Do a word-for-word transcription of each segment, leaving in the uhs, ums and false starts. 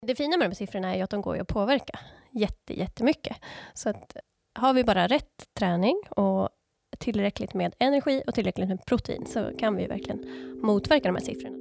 Det fina med de här siffrorna är ju att de går att påverka jätte, jättemycket. Så att har vi bara rätt träning och tillräckligt med energi och tillräckligt med protein så kan vi verkligen motverka de här siffrorna.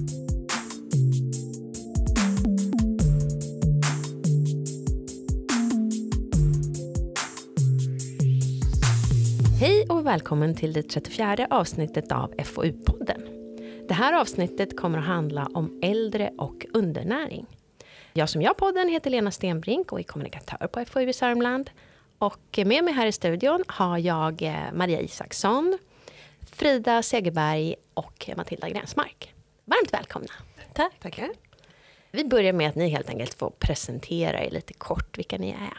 Hej och välkommen till det trettiofjärde avsnittet av F O U-podden. Det här avsnittet kommer att handla om äldre och undernäring. Jag som gör podden heter Lena Stenbrink och är kommunikatör på F O U i Sörmland. Och med mig här i studion har jag Maria Isaksson, Frida Segerberg och Matilda Gränsmark. Varmt välkomna. Tack. Tackar. Vi börjar med att ni helt enkelt får presentera er lite kort vilka ni är.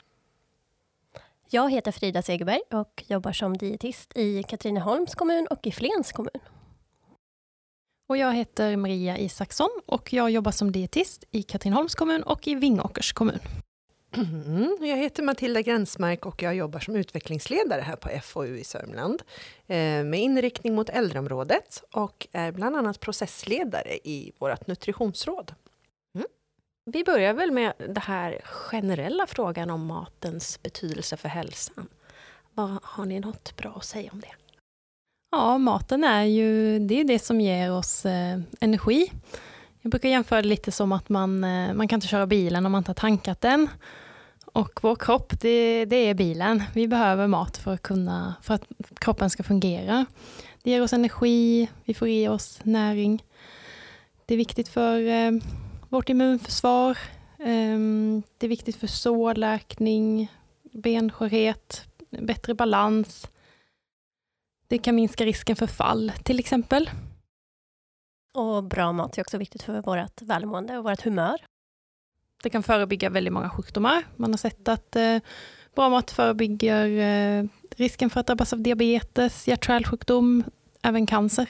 Jag heter Frida Segerberg och jobbar som dietist i Katrineholms kommun och i Flens kommun. Och jag heter Maria Isaksson och jag jobbar som dietist i Katrineholms kommun och i Vingåkers kommun. Mm, jag heter Matilda Gränsmark och jag jobbar som utvecklingsledare här på F O U i Sörmland eh, med inriktning mot äldreområdet och är bland annat processledare i vårt nutritionsråd. Mm. Vi börjar väl med det här generella frågan om matens betydelse för hälsan. Vad, har ni något bra att säga om det? Ja, maten är ju det, är det som ger oss eh, energi. Jag brukar jämföra det lite som att man, eh, man kan inte köra bilen om man inte har tankat den. Och vår kropp, det, det är bilen. Vi behöver mat för att, kunna, för att kroppen ska fungera. Det ger oss energi, vi får i oss näring. Det är viktigt för eh, vårt immunförsvar. Eh, det är viktigt för sårläkning, benskörhet, bättre balans. Det kan minska risken för fall till exempel. Och bra mat är också viktigt för vårt välmående och vårt humör. Det kan förebygga väldigt många sjukdomar. Man har sett att eh, bra mat förebygger eh, risken för att drabbas av diabetes, hjärt-kärlsjukdom, även cancer.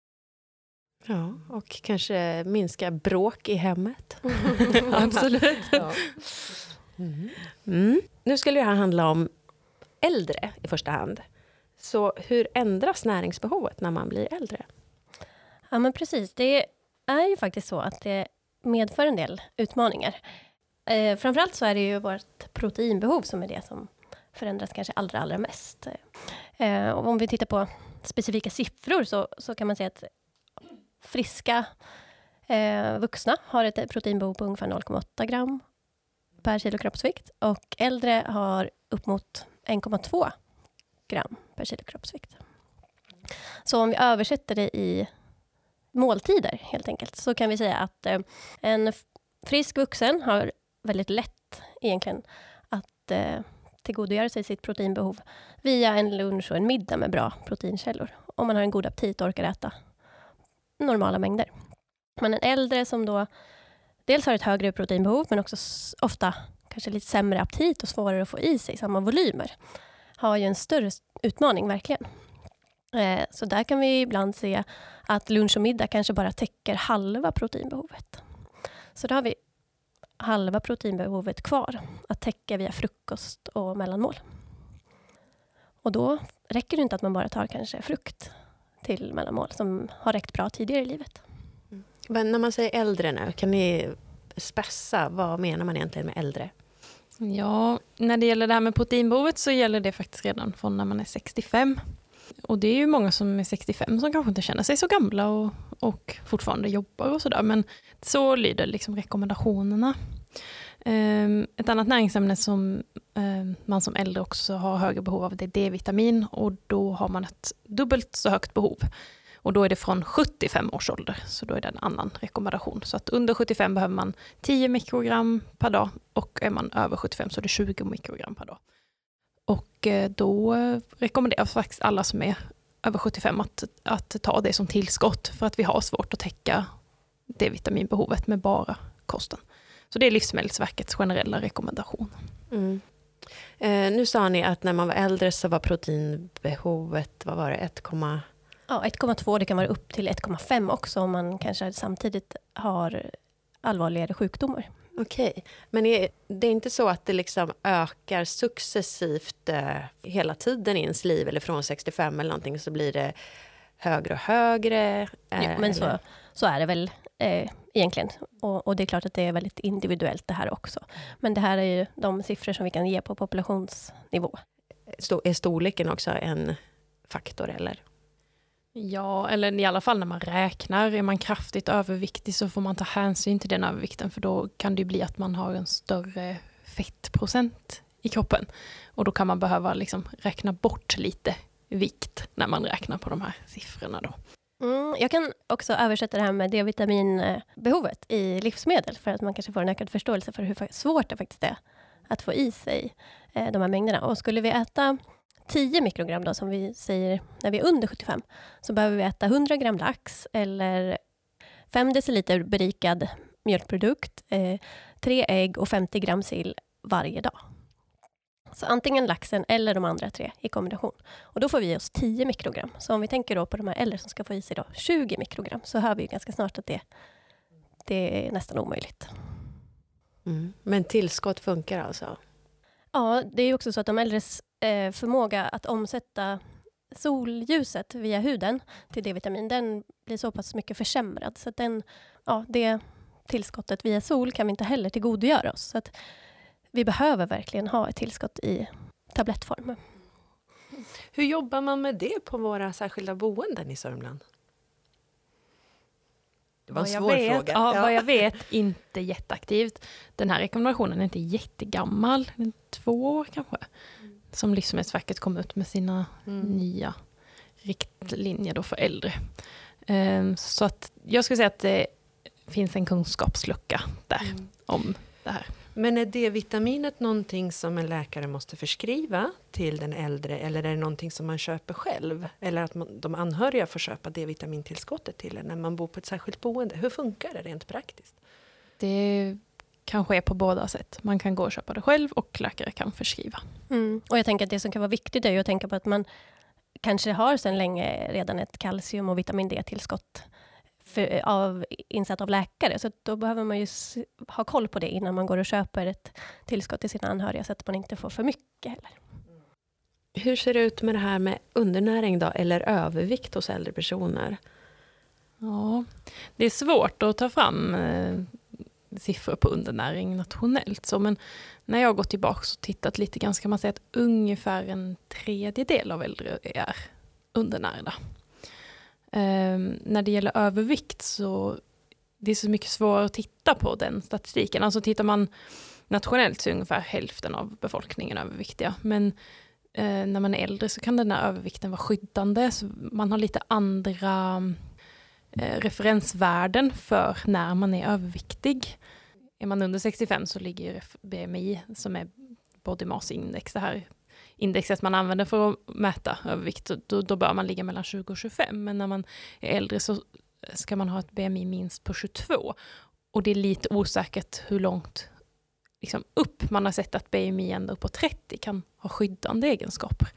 Ja, och kanske minska bråk i hemmet. Absolut. Ja. Mm. Mm. Nu skulle det här handla om äldre i första hand. Så hur ändras näringsbehovet när man blir äldre? Ja, men precis. Det är ju faktiskt så att det medför en del utmaningar. Eh, framförallt så är det ju vårt proteinbehov som är det som förändras kanske allra, allra mest. Eh, och om vi tittar på specifika siffror så, så kan man säga att friska eh, vuxna har ett proteinbehov på ungefär noll komma åtta gram per kilo kroppsvikt. Och äldre har upp mot en komma två gram per kilo kroppsvikt. Så om vi översätter det i måltider helt enkelt så kan vi säga att eh, en frisk vuxen har väldigt lätt egentligen att eh, tillgodogöra sig sitt proteinbehov via en lunch och en middag med bra proteinkällor. Om man har en god aptit och orkar äta normala mängder. Men en äldre som då dels har ett högre proteinbehov men också s- ofta kanske lite sämre aptit och svårare att få i sig samma volymer har ju en större utmaning verkligen. Eh, så där kan vi ibland se att lunch och middag kanske bara täcker halva proteinbehovet. Så då har vi halva proteinbehovet kvar att täcka via frukost och mellanmål. Och då räcker det inte att man bara tar kanske frukt till mellanmål som har räckt bra tidigare i livet. Mm. Men när man säger äldre nu, kan ni spessa, vad menar man egentligen med äldre? Ja, när det gäller det här med proteinbehovet så gäller det faktiskt redan från när man är sextiofem. Och det är ju många som är sextiofem som kanske inte känner sig så gamla och, och fortfarande jobbar och sådär. Men så lyder liksom rekommendationerna. Um, ett annat näringsämne som um, man som äldre också har högre behov av det är D-vitamin. Och då har man ett dubbelt så högt behov. Och då är det från sjuttiofem års ålder. Så då är det en annan rekommendation. Så att under sjuttiofem behöver man tio mikrogram per dag. Och är man över sjuttiofem så är det tjugo mikrogram per dag. Och då rekommenderas faktiskt alla som är över sjuttiofem att, att ta det som tillskott. För att vi har svårt att täcka det vitaminbehovet med bara kosten. Så det är Livsmedelsverkets generella rekommendation. Mm. Eh, nu sa ni att när man var äldre så var proteinbehovet, vad var det, ett, Ja, ett komma två, det kan vara upp till ett komma fem också om man kanske samtidigt har allvarligare sjukdomar. Okej, men är, det är inte så att det liksom ökar successivt eh, hela tiden i ens liv eller från sextiofem eller någonting så blir det högre och högre? Eh, jo, men så, så är det väl eh, egentligen. Och, och det är klart att det är väldigt individuellt det här också. Men det här är ju de siffror som vi kan ge på populationsnivå. Är storleken också en faktor eller? Ja, eller i alla fall när man räknar. Är man kraftigt överviktig så får man ta hänsyn till den övervikten. För då kan det ju bli att man har en större fettprocent i kroppen. Och då kan man behöva liksom räkna bort lite vikt när man räknar på de här siffrorna då. Mm, jag kan också översätta det här med D-vitaminbehovet i livsmedel för att man kanske får en ökad förståelse för hur svårt det faktiskt är att få i sig eh, de här mängderna. Och skulle vi äta tio mikrogram då, som vi säger när vi är under sjuttiofem, så behöver vi äta hundra gram lax eller fem deciliter berikad mjölkprodukt, eh, tre ägg och femtio gram sill varje dag. Så antingen laxen eller de andra tre i kombination. Och då får vi i oss tio mikrogram. Så om vi tänker då på de här äldre som ska få i sig då tjugo mikrogram, så hör vi ju ganska snart att det, det är nästan omöjligt. Mm. Men tillskott funkar alltså? Ja, det är ju också så att de äldres eh, förmåga att omsätta solljuset via huden till D-vitamin, den blir så pass mycket försämrad. Så att den, ja, det tillskottet via sol kan vi inte heller tillgodogöra oss. Så att vi behöver verkligen ha ett tillskott i tablettform. Hur jobbar man med det på våra särskilda boenden i Sörmland? Det var en vad svår jag vet, fråga. Ja, Ja. Vad jag vet, inte jätteaktivt. Den här rekommendationen är inte jättegammal, två år kanske. Som Livsmedelsverket kom ut med sina Mm. nya riktlinjer då för äldre. Um, så att jag skulle säga att det finns en kunskapslucka där Mm. om det här. Men är D-vitaminet någonting som en läkare måste förskriva till den äldre, eller är det någonting som man köper själv? Eller att man, de anhöriga får köpa D-vitamintillskottet till en när man bor på ett särskilt boende? Hur funkar det rent praktiskt? Det kan ske på båda sätt. Man kan gå och köpa det själv och läkare kan förskriva. Mm. Och jag tänker att det som kan vara viktigt är ju att tänka på att man kanske har sedan länge redan ett kalcium- och vitamin D-tillskott för, av, insatt av läkare. Så då behöver man ju s- ha koll på det innan man går och köper ett tillskott till sina anhöriga så att man inte får för mycket heller. Hur ser det ut med det här med undernäring då, eller övervikt hos äldre personer? Ja, det är svårt att ta fram eh, siffror på undernäring nationellt. Så, men när jag går tillbaka och tittat lite grann kan man säga att ungefär en tredjedel av äldre är undernärda. Eh, när det gäller övervikt så det är så mycket svårare att titta på den statistiken. Alltså tittar man nationellt så är ungefär hälften av befolkningen överviktiga. Men eh, när man är äldre så kan den här övervikten vara skyddande. Så man har lite andra eh, referensvärden för när man är överviktig. Är man under sextiofem så ligger B M I, som är body mass index, det här indexet man använder för att mäta övervikt, då, då bör man ligga mellan tjugo och tjugofem. Men när man är äldre så ska man ha ett B M I minst på tjugotvå. Och det är lite osäkert hur långt liksom, upp man har sett att B M I ända upp på trettio kan ha skyddande egenskaper.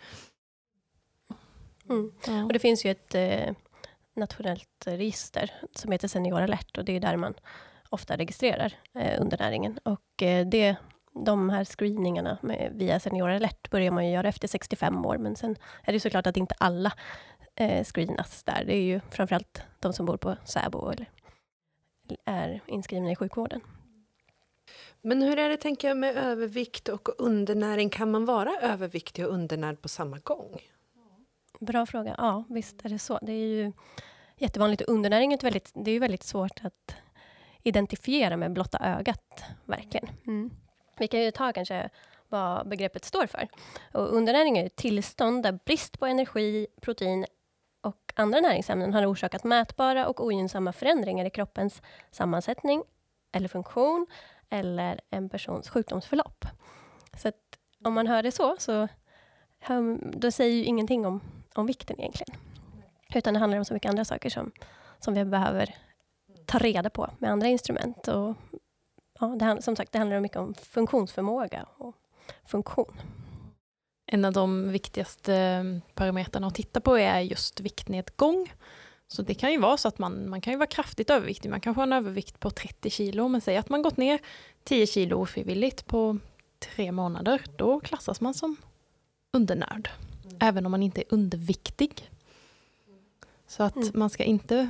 Mm. Ja. Och det finns ju ett eh, nationellt register som heter Senior Alert och det är där man ofta registrerar eh, undernäringen. Och eh, det, de här screeningarna med, via Senior Alert börjar man ju göra efter sextiofem år, men sen är det såklart att inte alla eh, screenas där. Det är ju framförallt de som bor på SÄBO eller är inskrivna i sjukvården. Men hur är det, tänker jag, med övervikt och undernäring? Kan man vara överviktig och undernärd på samma gång? Bra fråga. Ja, visst är det så. Det är ju jättevanligt. Undernäring är ett väldigt, det är ju väldigt svårt att identifiera med blotta ögat, verkligen. Mm. Vi kan ju ta kanske vad begreppet står för. Och undernäring är ett tillstånd där brist på energi, protein och andra näringsämnen har orsakat mätbara och ogynnsamma förändringar i kroppens sammansättning eller funktion eller en persons sjukdomsförlopp. Så att om man hör det så, så då säger ju ingenting om, om vikten egentligen. Utan det handlar om så mycket andra saker som, som vi behöver ta reda på med andra instrument. Och, ja, det, som sagt, det handlar mycket om funktionsförmåga och funktion. En av de viktigaste parametrarna att titta på är just viktnedgång. Så det kan ju vara så att man, man kan ju vara kraftigt överviktig. Man kan få en övervikt på trettio kilo. Men säg att man gått ner tio kilo ofrivilligt på tre månader. Då klassas man som undernärd. Mm. Även om man inte är underviktig. Så att mm. man ska inte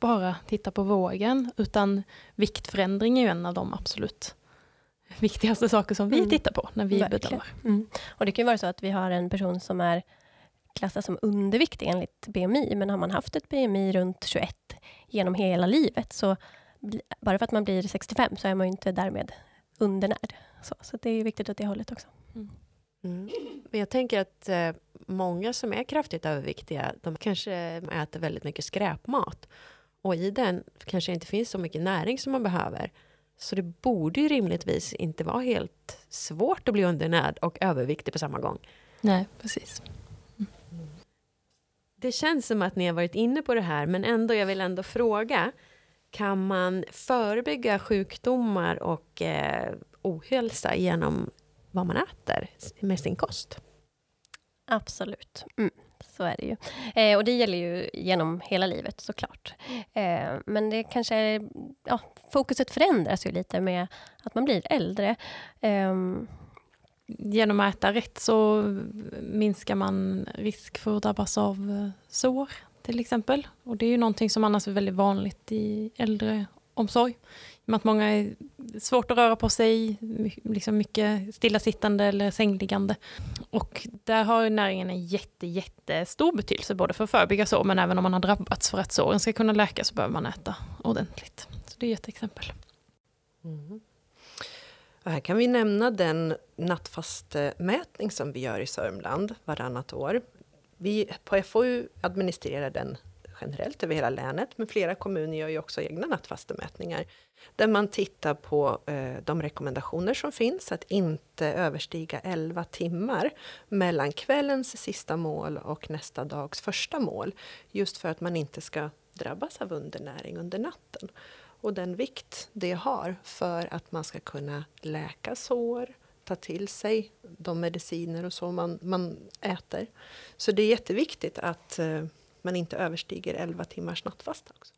bara titta på vågen, utan viktförändring är ju en av de absolut viktigaste saker som vi mm. tittar på när vi Verkligen. bedömer. Mm. Och det kan ju vara så att vi har en person som är klassad som underviktig enligt B M I, men har man haft ett B M I runt tjugoett genom hela livet, så bara för att man blir sextiofem så är man ju inte därmed undernärd. Så, så det är ju viktigt åt det hållet också. Mm. Mm. Men jag tänker att eh, många som är kraftigt överviktiga, de kanske äter väldigt mycket skräpmat. Och i den kanske inte finns så mycket näring som man behöver. Så det borde ju rimligtvis inte vara helt svårt att bli undernärd och överviktig på samma gång. Nej, precis. Mm. Det känns som att ni har varit inne på det här, men ändå, jag vill ändå fråga. Kan man förebygga sjukdomar och eh, ohälsa genom vad man äter med sin kost? Absolut. Mm, så är det ju. Eh, och det gäller ju genom hela livet såklart. Eh, men det kanske, ja, fokuset förändras ju lite med att man blir äldre. Eh, Genom att äta rätt så minskar man risk för att drabbas av sår till exempel. Och det är ju någonting som annars är väldigt vanligt i äldreomsorg. Med att många är svårt att röra på sig, liksom mycket stillasittande eller sängliggande. Och där har näringen en jätte, jättestor betydelse både för att förebygga sår, men även om man har drabbats. För att såren ska kunna läka så behöver man äta ordentligt. Så det är ett exempel. Mm. Och här kan vi nämna den nattfastmätning som vi gör i Sörmland varannat år. Vi på F O U administrerar den generellt över hela länet, men flera kommuner gör ju också egna nattfastemätningar. Där man tittar på eh, de rekommendationer som finns att inte överstiga elva timmar mellan kvällens sista mål och nästa dags första mål. Just för att man inte ska drabbas av undernäring under natten. Och den vikt det har för att man ska kunna läka sår, ta till sig de mediciner och så man, man äter. Så det är jätteviktigt att eh, man inte överstiger elva timmars nattfasta också.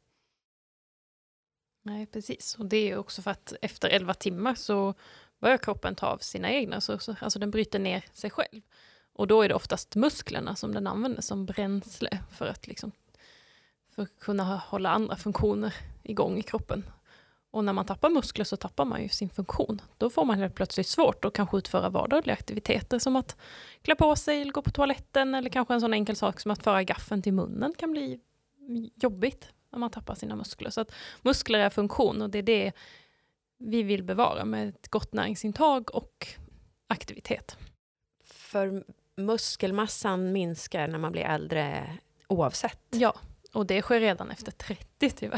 Nej, precis. Och det är också för att efter elva timmar så börjar kroppen ta av sina egna resurser. Alltså den bryter ner sig själv. Och då är det oftast musklerna som den använder som bränsle för att, liksom, för att kunna hålla andra funktioner igång i kroppen. Och när man tappar muskler så tappar man ju sin funktion. Då får man helt plötsligt svårt att kanske utföra vardagliga aktiviteter som att klä på sig eller gå på toaletten, eller kanske en sån enkel sak som att föra gaffeln till munnen kan bli jobbigt när man tappar sina muskler. Så att muskler är funktion, och det är det vi vill bevara med ett gott näringsintag och aktivitet. För muskelmassan minskar när man blir äldre oavsett. Ja. Och det sker redan efter trettio tyvärr.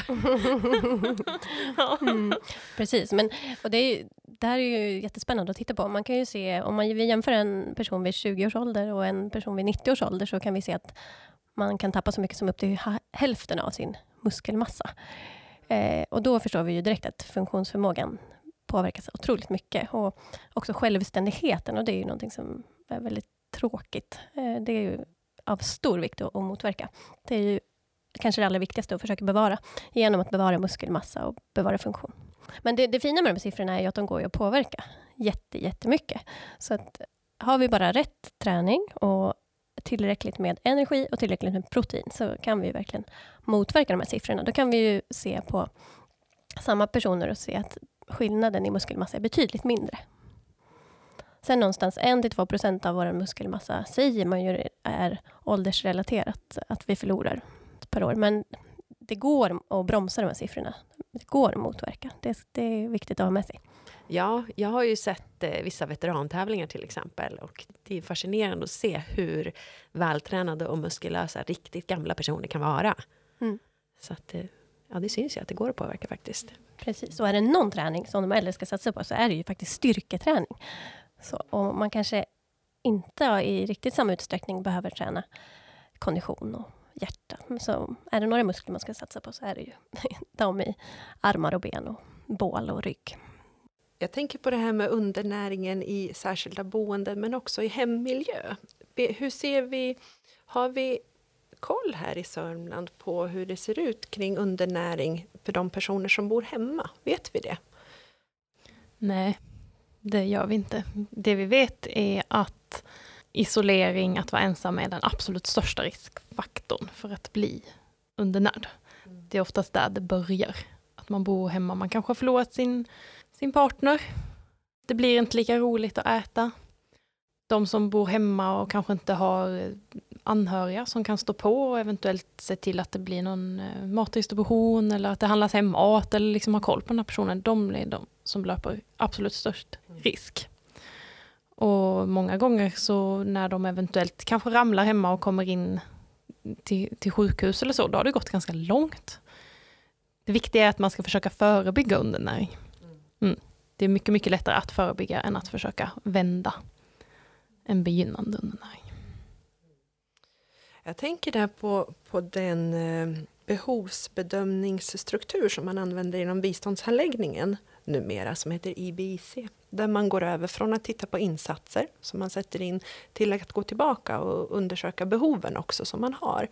mm, precis, men och det, är, det här är ju jättespännande att titta på. Man kan ju se, om man jämför en person vid tjugo års ålder och en person vid nittio års ålder, så kan vi se att man kan tappa så mycket som upp till hälften av sin muskelmassa. Eh, och då förstår vi ju direkt att funktionsförmågan påverkas otroligt mycket. Och också självständigheten, och det är ju någonting som är väldigt tråkigt. Eh, det är ju av stor vikt att, att motverka. Det är ju kanske det allra viktigaste att försöka bevara genom att bevara muskelmassa och bevara funktion. Men det, det fina med de här siffrorna är ju att de går att påverka jätte, jättemycket. Så att har vi bara rätt träning och tillräckligt med energi och tillräckligt med protein, så kan vi verkligen motverka de här siffrorna. Då kan vi ju se på samma personer och se att skillnaden i muskelmassa är betydligt mindre. Sen någonstans en till två procent av vår muskelmassa säger man ju är åldersrelaterat att vi förlorar per år. Men det går att bromsa de här siffrorna. Det går att motverka. Det, det är viktigt att ha med sig. Ja, jag har ju sett eh, vissa veterantävlingar till exempel. Och det är fascinerande att se hur vältränade och muskulösa riktigt gamla personer kan vara. Mm. Så att, eh, ja, det syns ju att det går att påverka faktiskt. Precis, och är det någon träning som de äldre ska satsa på, så är det ju faktiskt styrketräning. Så, och man kanske inte i riktigt samma utsträckning behöver träna kondition och hjärta. Så är det några muskler man ska satsa på, så är det ju de i armar och ben och bål och rygg. Jag tänker på det här med undernäringen i särskilda boenden, men också i hemmiljö. Hur ser vi, har vi koll här i Sörmland på hur det ser ut kring undernäring för de personer som bor hemma? Vet vi det? Nej, det gör vi inte. Det vi vet är att isolering, att vara ensam, är den absolut största riskfaktorn för att bli undernärd. Det är oftast där det börjar. Att man bor hemma, man kanske har förlorat sin, sin partner. Det blir inte lika roligt att äta. De som bor hemma och kanske inte har anhöriga som kan stå på och eventuellt se till att det blir någon matdistribution eller att det handlas hem mat eller liksom ha koll på den här personen. De är de som löper absolut störst risk. Och många gånger så när de eventuellt kanske ramlar hemma och kommer in till, till sjukhus eller så, då har det gått ganska långt. Det viktiga är att man ska försöka förebygga undernäring. Mm. Det är mycket, mycket lättare att förebygga än att försöka vända en begynnande undernäring. Jag tänker där på, på den eh, behovsbedömningsstruktur som man använder inom biståndshandläggningen numera, som heter I B I C. Där man går över från att titta på insatser som man sätter in till att gå tillbaka och undersöka behoven också som man har.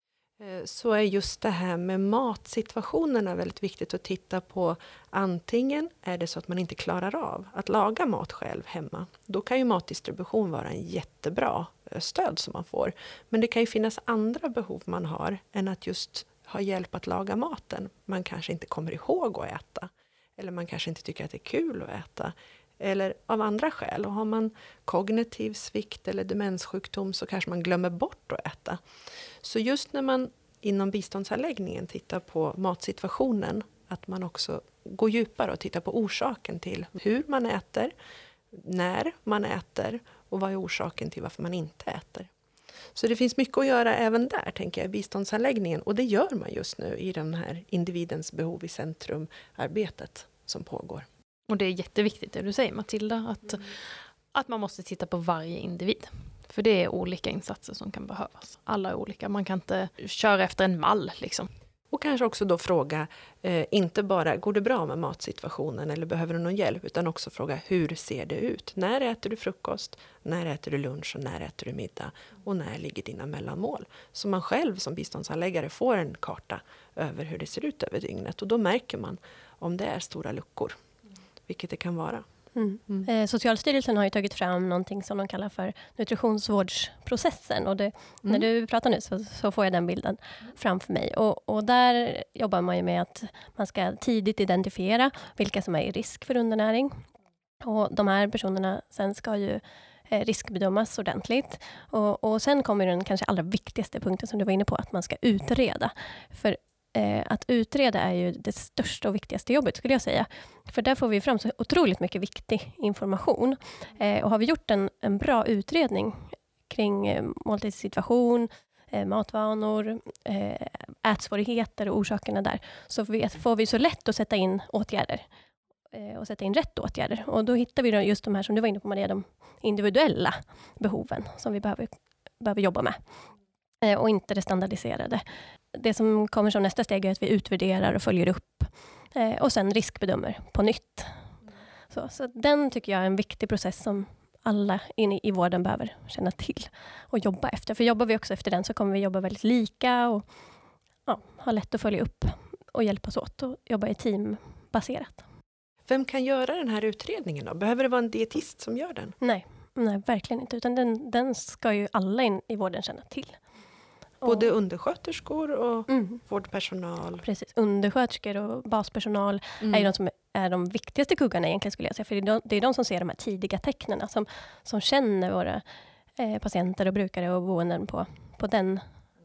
Så är just det här med matsituationerna väldigt viktigt att titta på. Antingen är det så att man inte klarar av att laga mat själv hemma. Då kan ju matdistribution vara en jättebra stöd som man får. Men det kan ju finnas andra behov man har än att just ha hjälp att laga maten. Man kanske inte kommer ihåg att äta. Eller man kanske inte tycker att det är kul att äta. Eller av andra skäl. Och har man kognitiv svikt eller demenssjukdom så kanske man glömmer bort att äta. Så just när man inom biståndsanläggningen tittar på matsituationen, att man också går djupare och tittar på orsaken till hur man äter, när man äter och vad är orsaken till varför man inte äter. Så det finns mycket att göra även där, tänker jag, i biståndsanläggningen. Och det gör man just nu i den här individens behov i centrum-arbetet som pågår. Och det är jätteviktigt det du säger, Matilda, att, mm. att man måste titta på varje individ. För det är olika insatser som kan behövas. Alla är olika, man kan inte köra efter en mall liksom. Och kanske också då fråga, eh, inte bara går det bra med matsituationen eller behöver du någon hjälp, utan också fråga hur ser det ut? När äter du frukost? När äter du lunch och när äter du middag? Och när ligger dina mellanmål? Så man själv som biståndsanläggare får en karta över hur det ser ut över dygnet. Och då märker man om det är stora luckor, vilket det kan vara. Mm. Mm. Eh, Socialstyrelsen har ju tagit fram någonting som de kallar för nutritionsvårdsprocessen. Och det, mm. när du pratar nu så, så får jag den bilden framför mig. Och, och där jobbar man ju med att man ska tidigt identifiera vilka som är i risk för undernäring. Och de här personerna sen ska ju eh, riskbedömas ordentligt. Och, och sen kommer den kanske allra viktigaste punkten som du var inne på, att man ska utreda. För att utreda är ju det största och viktigaste jobbet, skulle jag säga. För där får vi fram så otroligt mycket viktig information. Eh, och har vi gjort en, en bra utredning kring eh, måltidssituation, eh, matvanor, eh, ätsvårigheter och orsakerna där, så vi, får vi så lätt att sätta in åtgärder. Eh, och sätta in rätt åtgärder. Och då hittar vi då just de här som du var inne på, Maria, de individuella behoven som vi behöver, behöver jobba med. Eh, och inte det standardiserade. Det som kommer som nästa steg är att vi utvärderar och följer upp. Eh, och sen riskbedömer på nytt. Så, så den tycker jag är en viktig process som alla inne i vården behöver känna till och jobba efter. För jobbar vi också efter den så kommer vi jobba väldigt lika och ja, ha lätt att följa upp och hjälpas åt och jobba i teambaserat. Vem kan göra den här utredningen då? Behöver det vara en dietist som gör den? Nej, nej verkligen inte. Utan den, den ska ju alla in i vården känna till. Både undersköterskor och mm. vårdpersonal. Precis, undersköterskor och baspersonal mm. är ju de som är de viktigaste kuggarna egentligen, skulle jag säga. För det är de, det är de som ser de här tidiga tecknen, som, som känner våra eh, patienter och brukare och boenden på, på den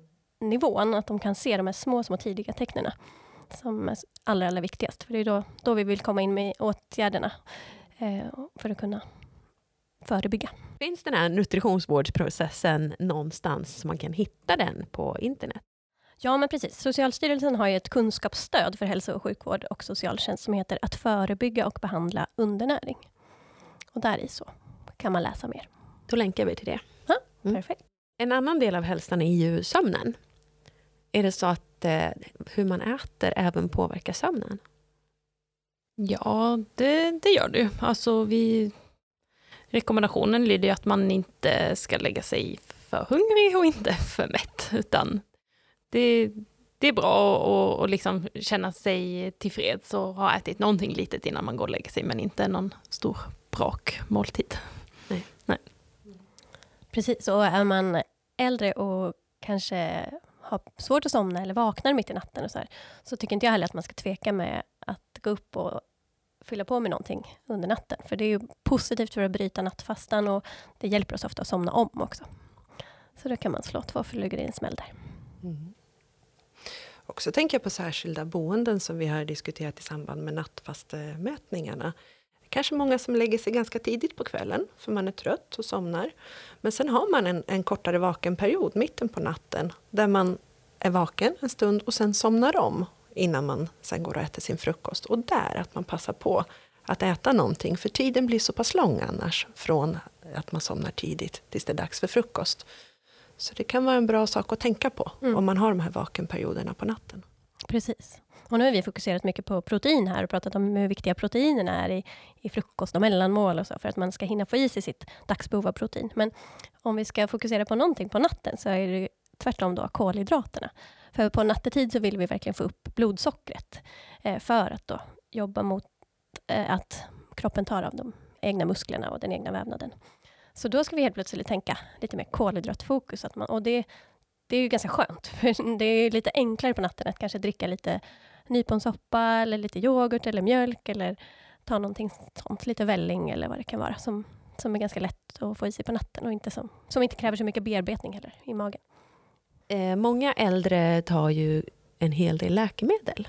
nivån. Att de kan se de här små, små tidiga tecknen som är allra, allra viktigast. För det är då, då vi vill komma in med åtgärderna eh, för att kunna förebygga. Finns den här nutritionsvårdsprocessen någonstans som man kan hitta den på internet? Ja, men precis. Socialstyrelsen har ju ett kunskapsstöd för hälso- och sjukvård och socialtjänst som heter att förebygga och behandla undernäring. Och där i så kan man läsa mer. Då länkar vi till det. Ja, mm. Perfekt. En annan del av hälsan är ju sömnen. Är det så att eh, hur man äter även påverkar sömnen? Ja, det, det gör det. Alltså vi... Rekommendationen lyder att man inte ska lägga sig för hungrig och inte för mätt, utan det, det är bra att liksom känna sig tillfreds och ha ätit någonting litet innan man går och lägger sig, men inte någon stor brak måltid. Nej. Nej. Precis, och är man äldre och kanske har svårt att somna eller vaknar mitt i natten och så här, så tycker inte jag heller att man ska tveka med att gå upp och fylla på med någonting under natten. För det är ju positivt för att bryta nattfastan och det hjälper oss ofta att somna om också. Så då kan man slå två flugor i en smäll där. Mm. Och så tänker jag på särskilda boenden som vi har diskuterat i samband med nattfastemätningarna. Kanske många som lägger sig ganska tidigt på kvällen för man är trött och somnar. Men sen har man en, en kortare vakenperiod mitten på natten där man är vaken en stund och sen somnar om innan man sen går och äter sin frukost. Och där att man passar på att äta någonting, för tiden blir så pass lång annars från att man somnar tidigt tills det är dags för frukost. Så det kan vara en bra sak att tänka på mm. om man har de här vakenperioderna på natten. Precis. Och nu har vi fokuserat mycket på protein här och pratat om hur viktiga proteinerna är i, i frukost och mellanmål och så, för att man ska hinna få i sig sitt dagsbehov av protein. Men om vi ska fokusera på någonting på natten så är det tvärtom då kolhydraterna. För på nattetid så vill vi verkligen få upp blodsockret eh, för att då jobba mot eh, att kroppen tar av de egna musklerna och den egna vävnaden. Så då ska vi helt plötsligt tänka lite mer kolhydratfokus. Att man, och det, det är ju ganska skönt. För det är lite enklare på natten att kanske dricka lite nyponsoppa eller lite yoghurt eller mjölk eller ta någonting sånt, lite välling eller vad det kan vara som, som är ganska lätt att få i sig på natten och inte som, som inte kräver så mycket bearbetning heller i magen. Eh, många äldre tar ju en hel del läkemedel.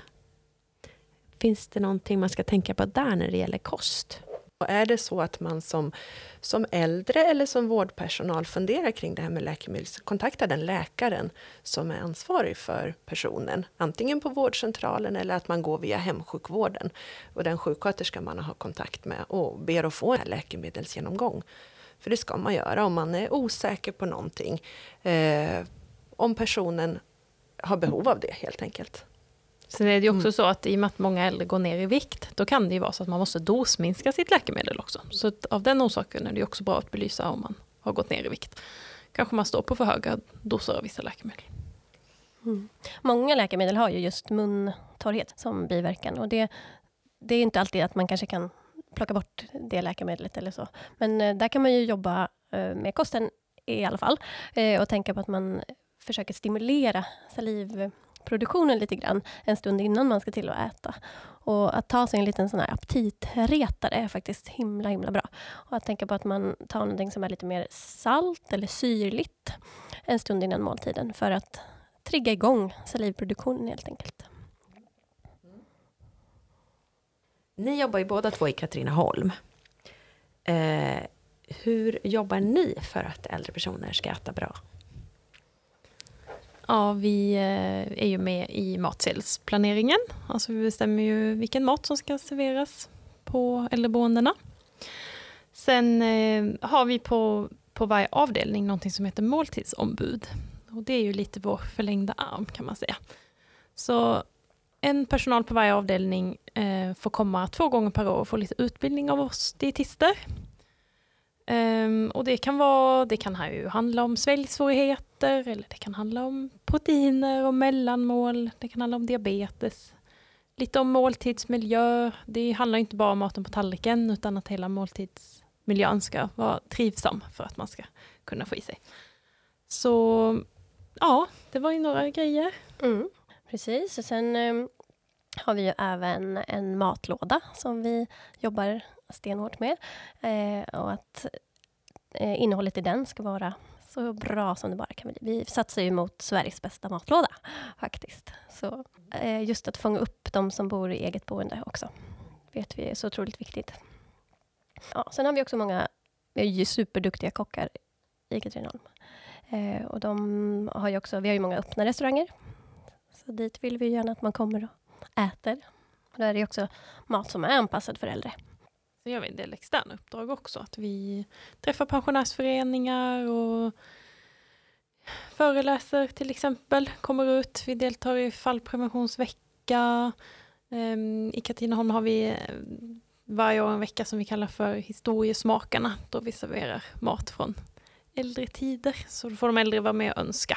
Finns det någonting man ska tänka på där när det gäller kost? Och är det så att man som, som äldre eller som vårdpersonal funderar kring det här med läkemedel, så kontakta den läkaren som är ansvarig för personen. Antingen på vårdcentralen eller att man går via hemsjukvården. Och den sjuksköterska man har kontakt med och ber att få en läkemedelsgenomgång. För det ska man göra om man är osäker på någonting. Eh, om personen har behov av det helt enkelt. Sen är det ju också Mm. så att i och med att många äldre går ner i vikt, då kan det ju vara så att man måste dosminska sitt läkemedel också. Så att av den orsaken är det också bra att belysa om man har gått ner i vikt. Kanske man står på för höga doser av vissa läkemedel. Mm. Många läkemedel har ju just muntorrhet som biverkan. Och det, det är inte alltid att man kanske kan plocka bort det läkemedlet eller så. Men eh, där kan man ju jobba eh, med kosten i alla fall. Eh, och tänka på att man försöker stimulera salivproduktionen lite grann en stund innan man ska till att äta. Och att ta sig en liten sån här aptitretare är faktiskt himla himla bra. Och att tänka på att man tar någonting som är lite mer salt eller syrligt en stund innan måltiden för att trigga igång salivproduktionen helt enkelt. Ni jobbar ju båda två i Katrineholm. Eh, hur jobbar ni för att äldre personer ska äta bra? Ja, vi är ju med i matsedelsplaneringen. Alltså vi bestämmer ju vilken mat som ska serveras på äldreboendena. Sen eh, har vi på, på varje avdelning någonting som heter måltidsombud. Och det är ju lite vår förlängda arm kan man säga. Så en personal på varje avdelning eh, får komma två gånger per år och få lite utbildning av oss dietister. Um, och det kan vara, det kan här ju handla om sväljsvårigheter eller det kan handla om proteiner och mellanmål, det kan handla om diabetes, lite om måltidsmiljö. Det handlar inte bara om maten på tallriken utan att hela måltidsmiljön ska vara trivsam för att man ska kunna få i sig. Så ja, det var ju några grejer. Mm, precis, och sen um, har vi ju även en matlåda som vi jobbar stenhårt med. Eh, och att eh, innehållet i den ska vara så bra som det bara kan bli. Vi satsar ju mot Sveriges bästa matlåda faktiskt. Så eh, just att fånga upp de som bor i eget boende också vet vi är så otroligt viktigt. Ja, sen har vi också många, vi är ju superduktiga kockar i Katrineholm. Eh, och de har ju också, vi har ju många öppna restauranger. Så dit vill vi gärna att man kommer och äter. Och där är det också mat som är anpassad för äldre. Så gör vi en del externa uppdrag också. Att vi träffar pensionärsföreningar och föreläser till exempel. Kommer ut, vi deltar i fallpreventionsvecka. I Katrineholm har vi varje år en vecka som vi kallar för historiesmakarna. Då vi serverar mat från äldre tider. Så då får de äldre vara med och önska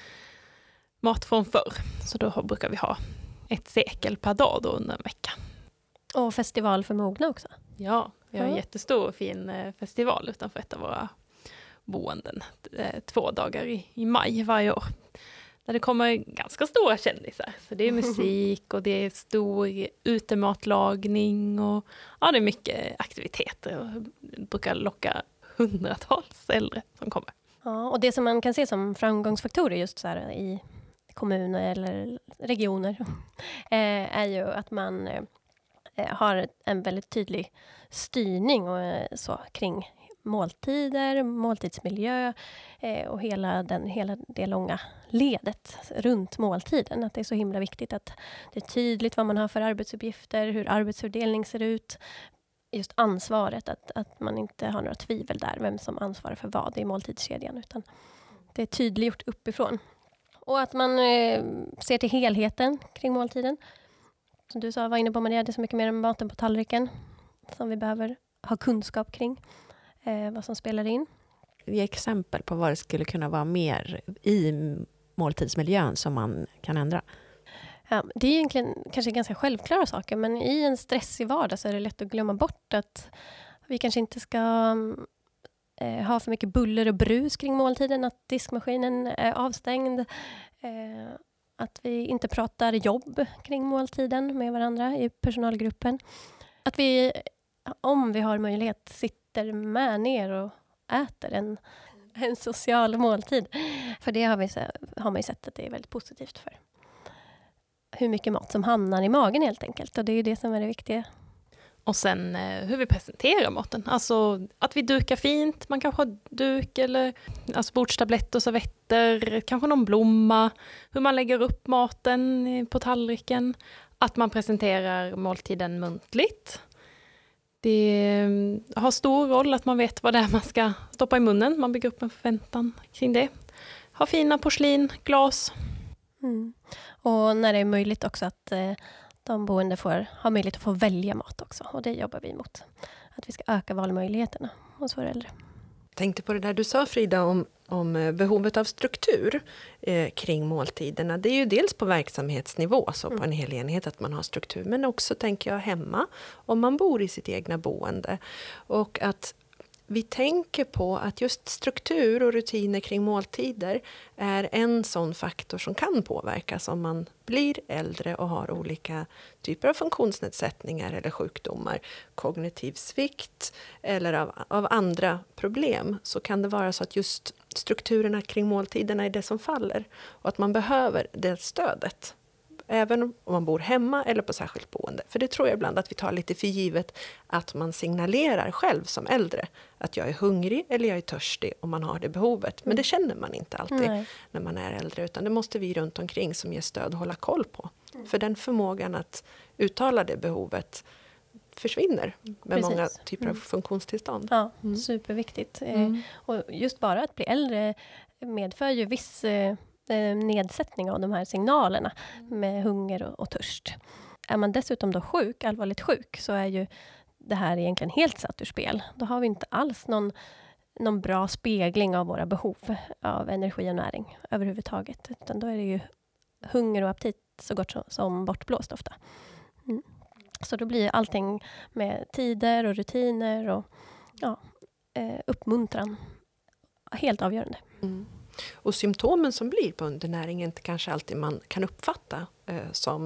mat från förr. Så då brukar vi ha ett sekel per dag då under en vecka. Och festival för mogna också. Ja, vi har en Ja. jättestor och fin festival utanför ett av våra boenden. Två dagar i, i maj varje år. där det kommer ganska stora kändisar. Så det är musik och det är stor utematlagning och ja, det är mycket aktiviteter och det brukar locka hundratals äldre som kommer. Ja, och det som man kan se som framgångsfaktorer just så här i kommuner eller regioner eh, är ju att man eh, har en väldigt tydlig styrning och eh, så kring måltider, måltidsmiljö eh, och hela, den, hela det långa ledet runt måltiden. Att det är så himla viktigt att det är tydligt vad man har för arbetsuppgifter, hur arbetsfördelning ser ut. Just ansvaret, att, att man inte har några tvivel där, vem som ansvarar för vad i måltidskedjan, utan det är tydliggjort uppifrån. Och att man eh, ser till helheten kring måltiden. Som du sa, var inne på Maria, det är så mycket mer än maten på tallriken som vi behöver ha kunskap kring. Eh, vad som spelar in. Ge exempel på vad det skulle kunna vara mer i måltidsmiljön som man kan ändra. Ja, det är egentligen kanske ganska självklara saker, men i en stressig vardag så är det lätt att glömma bort att vi kanske inte ska eh, ha för mycket buller och brus kring måltiden, att diskmaskinen är avstängd, eh, att vi inte pratar jobb kring måltiden med varandra i personalgruppen. Att vi, om vi har möjlighet, sitter med ner och äter en, en social måltid. För det har, vi, har man ju sett att det är väldigt positivt för hur mycket mat som hamnar i magen helt enkelt. Och det är ju det som är det viktiga. Och sen eh, hur vi presenterar maten. Alltså att vi dukar fint. Man kanske har duk eller alltså bordstabletter och servetter. Kanske någon blomma. Hur man lägger upp maten på tallriken. Att man presenterar måltiden muntligt. Det har stor roll att man vet vad det är man ska stoppa i munnen. Man bygger upp en förväntan kring det. Ha fina porslin, glas. Mm. Och när det är möjligt också att eh, de boende får ha möjlighet att få välja mat också. Och det jobbar vi mot. Att vi ska öka valmöjligheterna hos våra äldre. Jag tänkte på det där du sa, Frida, om, om behovet av struktur eh, kring måltiderna. Det är ju dels på verksamhetsnivå, så på en hel enhet att man har struktur. Men också tänker jag hemma, om man bor i sitt egna boende. Och att vi tänker på att just struktur och rutiner kring måltider är en sån faktor som kan påverkas om man blir äldre och har olika typer av funktionsnedsättningar eller sjukdomar, kognitiv svikt eller av, av andra problem. Så kan det vara så att just strukturerna kring måltiderna är det som faller och att man behöver det stödet. Även om man bor hemma eller på särskilt boende. För det tror jag ibland att vi tar lite för givet att man signalerar själv som äldre. Att jag är hungrig eller jag är törstig om man har det behovet. Men det känner man inte alltid Nej. när man är äldre. Utan det måste vi runt omkring som ger stöd hålla koll på. Mm. För den förmågan att uttala det behovet försvinner med Precis. många typer av funktionstillstånd. Ja, mm. superviktigt. Mm. Och just bara att bli äldre medför ju viss nedsättning av de här signalerna med hunger och, och törst. Är man dessutom då sjuk, allvarligt sjuk, så är ju det här egentligen helt satt ur spel. Då har vi inte alls någon, någon bra spegling av våra behov av energi och näring överhuvudtaget. Utan då är det ju hunger och aptit så gott som, som bortblåst ofta. Mm. Så då blir allting med tider och rutiner och ja, eh, uppmuntran helt avgörande. Mm. Och symptomen som blir på undernäring är inte kanske alltid man kan uppfatta eh, som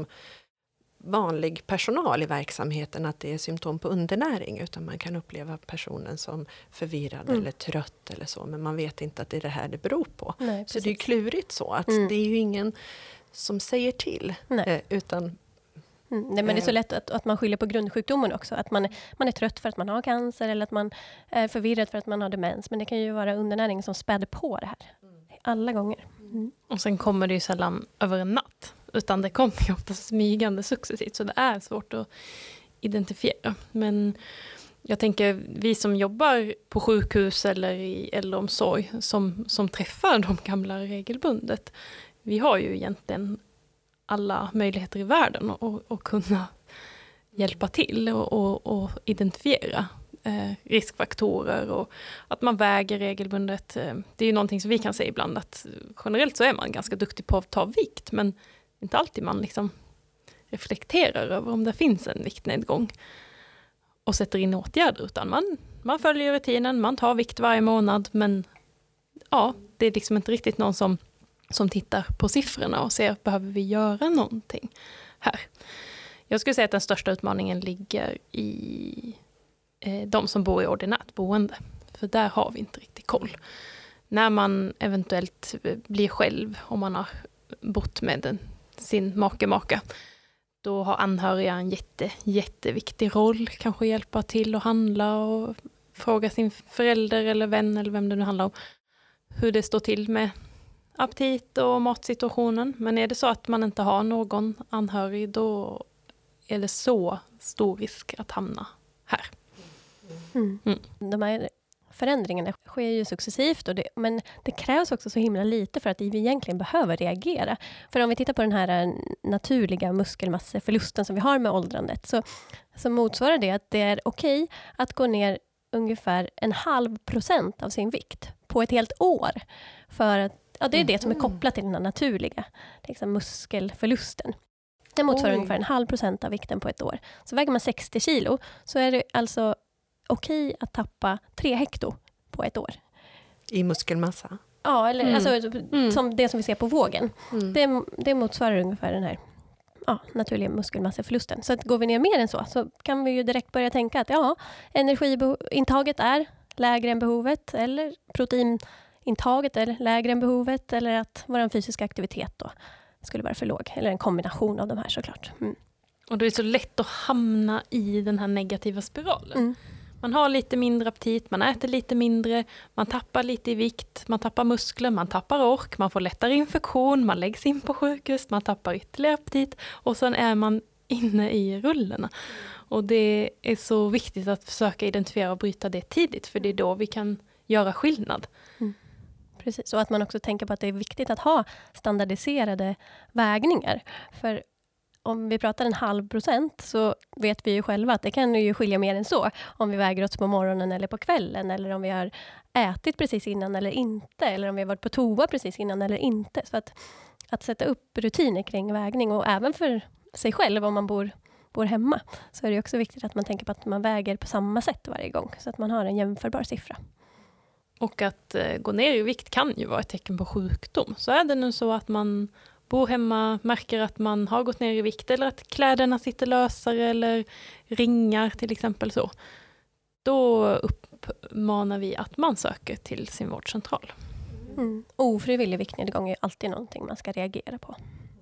vanlig personal i verksamheten att det är symptom på undernäring, utan man kan uppleva personen som förvirrad mm. eller trött eller så, men man vet inte att det är det här det beror på. Nej, så det är klurigt så att mm. det är ju ingen som säger till eh, utan Mm, nej, men det är så lätt att, att man skyller på grundsjukdomen också. Att man, man är trött för att man har cancer eller att man är förvirrad för att man har demens. Men det kan ju vara undernäring som späder på det här. Alla gånger. Mm. Och sen kommer det ju sällan över en natt. Utan det kommer ju ofta smygande successivt. Så det är svårt att identifiera. Men jag tänker, vi som jobbar på sjukhus eller i äldreomsorg som, som träffar de gamla regelbundet. Vi har ju egentligen alla möjligheter i världen och, och kunna hjälpa till och, och, och identifiera eh, riskfaktorer och att man väger regelbundet. Eh, det är ju någonting som vi kan säga ibland att generellt så är man ganska duktig på att ta vikt, men inte alltid man liksom reflekterar över om det finns en viktnedgång och sätter in åtgärder, utan man, man följer rutinen, man tar vikt varje månad, men ja, det är liksom inte riktigt någon som som tittar på siffrorna och ser, behöver vi göra någonting här? Jag skulle säga att den största utmaningen ligger i eh, de som bor i ordinärt boende. För där har vi inte riktigt koll. När man eventuellt blir själv, om man har bott med den, sin make-maka, då har anhöriga en jätte, jätteviktig roll. Kanske hjälpa till att handla och fråga sin förälder eller vän eller vem det nu handlar om hur det står till med aptit och matsituationen. Men är det så att man inte har någon anhörig, då är det så stor risk att hamna här. Mm. Mm. De här förändringarna sker ju successivt, och det, men det krävs också så himla lite för att vi egentligen behöver reagera. För om vi tittar på den här naturliga muskelmasseförlusten som vi har med åldrandet, så, så motsvarar det att det är okej att gå ner ungefär en halv procent av sin vikt på ett helt år. För att, ja, det är det som är kopplat till den här naturliga liksom, muskelförlusten. Det motsvarar Oj. ungefär en halv procent av vikten på ett år. Så väger man sextio kilo, så är det alltså okej att tappa tre hekto på ett år. I muskelmassa? Ja, eller mm. alltså, mm. som det som vi ser på vågen. Mm. Det, det motsvarar ungefär den här ja, naturliga muskelmasseförlusten. Så att går vi ner mer än så, så kan vi ju direkt börja tänka att ja, energiintaget är lägre än behovet, eller proteinintaget är lägre än behovet, eller att vår fysiska aktivitet då skulle vara för låg. Eller en kombination av de här såklart. Mm. Och det är så lätt att hamna i den här negativa spiralen. Mm. Man har lite mindre aptit, man äter lite mindre, man tappar lite i vikt, man tappar muskler, man tappar ork, man får lättare infektion, man läggs in på sjukhus, man tappar ytterligare aptit och sen är man inne i rullerna. Och det är så viktigt att försöka identifiera och bryta det tidigt, för det är då vi kan göra skillnad. Mm. Precis, och att man också tänker på att det är viktigt att ha standardiserade vägningar. För om vi pratar en halv procent, så vet vi ju själva att det kan ju skilja mer än så. Om vi väger oss på morgonen eller på kvällen, eller om vi har ätit precis innan eller inte, eller om vi har varit på toa precis innan eller inte. Så att, att sätta upp rutiner kring vägning, och även för sig själv om man bor, bor hemma, så är det också viktigt att man tänker på att man väger på samma sätt varje gång, så att man har en jämförbar siffra. Och att eh, gå ner i vikt kan ju vara ett tecken på sjukdom. Så är det nu så att man bor hemma, märker att man har gått ner i vikt, eller att kläderna sitter lösare eller ringar till exempel, så då uppmanar vi att man söker till sin vårdcentral. Mm. Ofrivillig viktnedgång är alltid någonting man ska reagera på.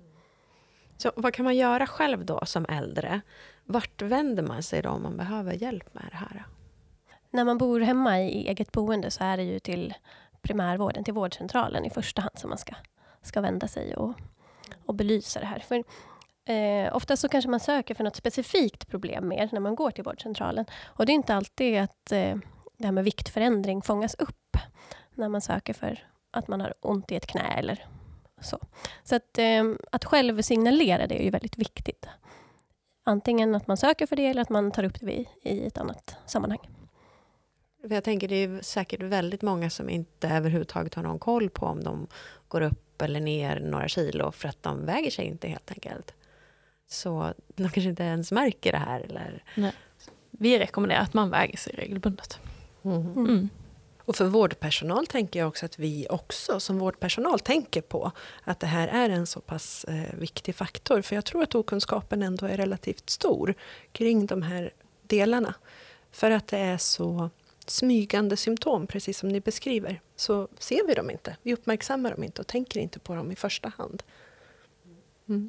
Så vad kan man göra själv då som äldre? Vart vänder man sig då om man behöver hjälp med det här? När man bor hemma i eget boende, så är det ju till primärvården, till vårdcentralen i första hand, som man ska, ska vända sig och, och belysa det här. För eh, ofta så kanske man söker för något specifikt problem mer när man går till vårdcentralen. Och det är inte alltid att eh, det här med viktförändring fångas upp när man söker för att man har ont i ett knä eller så. Så att, eh, att själv signalera det är ju väldigt viktigt. Antingen att man söker för det, eller att man tar upp det i, i ett annat sammanhang. Jag tänker det är säkert väldigt många som inte överhuvudtaget har någon koll på om de går upp eller ner några kilo, för att de väger sig inte helt enkelt. Så de kanske inte ens märker det här. Eller? Nej. Vi rekommenderar att man väger sig regelbundet. Mm. Mm. Och för vårdpersonal tänker jag också att vi också som vårdpersonal tänker på att det här är en så pass eh, viktig faktor. För jag tror att okunskapen ändå är relativt stor kring de här delarna. För att det är så smygande symptom, precis som ni beskriver, så ser vi dem inte. Vi uppmärksammar dem inte och tänker inte på dem i första hand. Mm.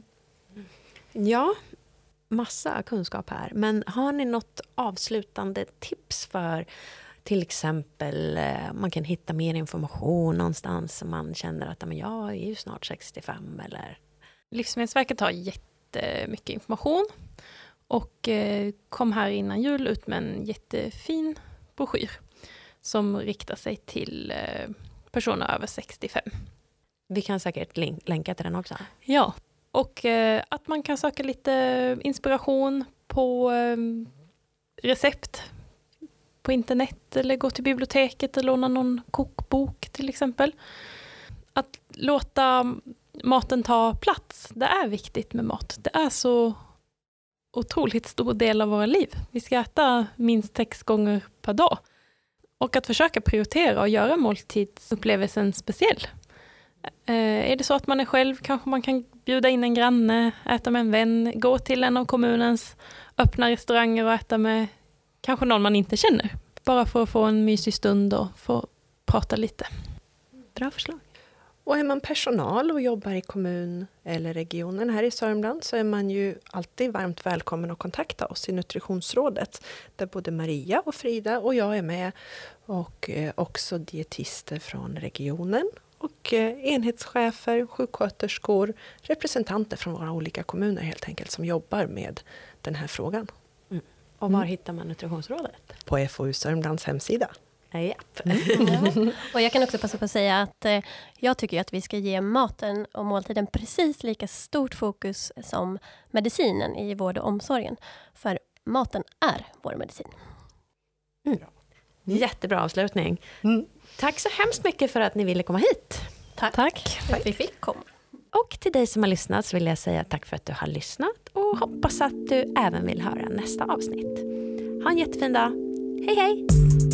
Ja, massa kunskap här. Men har ni något avslutande tips för till exempel man kan hitta mer information någonstans som man känner att men jag är ju snart sextiofem eller? Livsmedelsverket har jättemycket information och kom här innan jul ut med en jättefin broschyr som riktar sig till personer över sextiofem. Vi kan säkert län- länka till den också. Ja, och eh, att man kan söka lite inspiration på eh, recept på internet, eller gå till biblioteket och låna någon kokbok till exempel. Att låta maten ta plats, det är viktigt med mat. Det är så otroligt stor del av våra liv. Vi ska äta minst sex gånger per dag. Och att försöka prioritera och göra måltidsupplevelsen speciell. Eh, är det så att man är själv kanske man kan bjuda in en granne, äta med en vän, gå till en av kommunens öppna restauranger och äta med kanske någon man inte känner. Bara för att få en mysig stund och få prata lite. Bra förslag. Och är man personal och jobbar i kommun eller regionen här i Sörmland så är man ju alltid varmt välkommen att kontakta oss i Nutritionsrådet. Där både Maria och Frida och jag är med. Och eh, också dietister från regionen. Och eh, enhetschefer, sjuksköterskor, representanter från våra olika kommuner helt enkelt som jobbar med den här frågan. Mm. Och var mm. hittar man Nutritionsrådet? På F O U Sörmlands hemsida. Japp. Ja. Och jag kan också passa på att säga att eh, jag tycker att vi ska ge maten och måltiden precis lika stort fokus som medicinen i vård och omsorgen. För maten är vår medicin. Mm. Jättebra avslutning. Mm. Tack så hemskt mycket för att ni ville komma hit. Tack. Tack för att vi fick komma. Och till dig som har lyssnat så vill jag säga tack för att du har lyssnat och hoppas att du även vill höra nästa avsnitt. Ha en jättefin dag. Hej hej!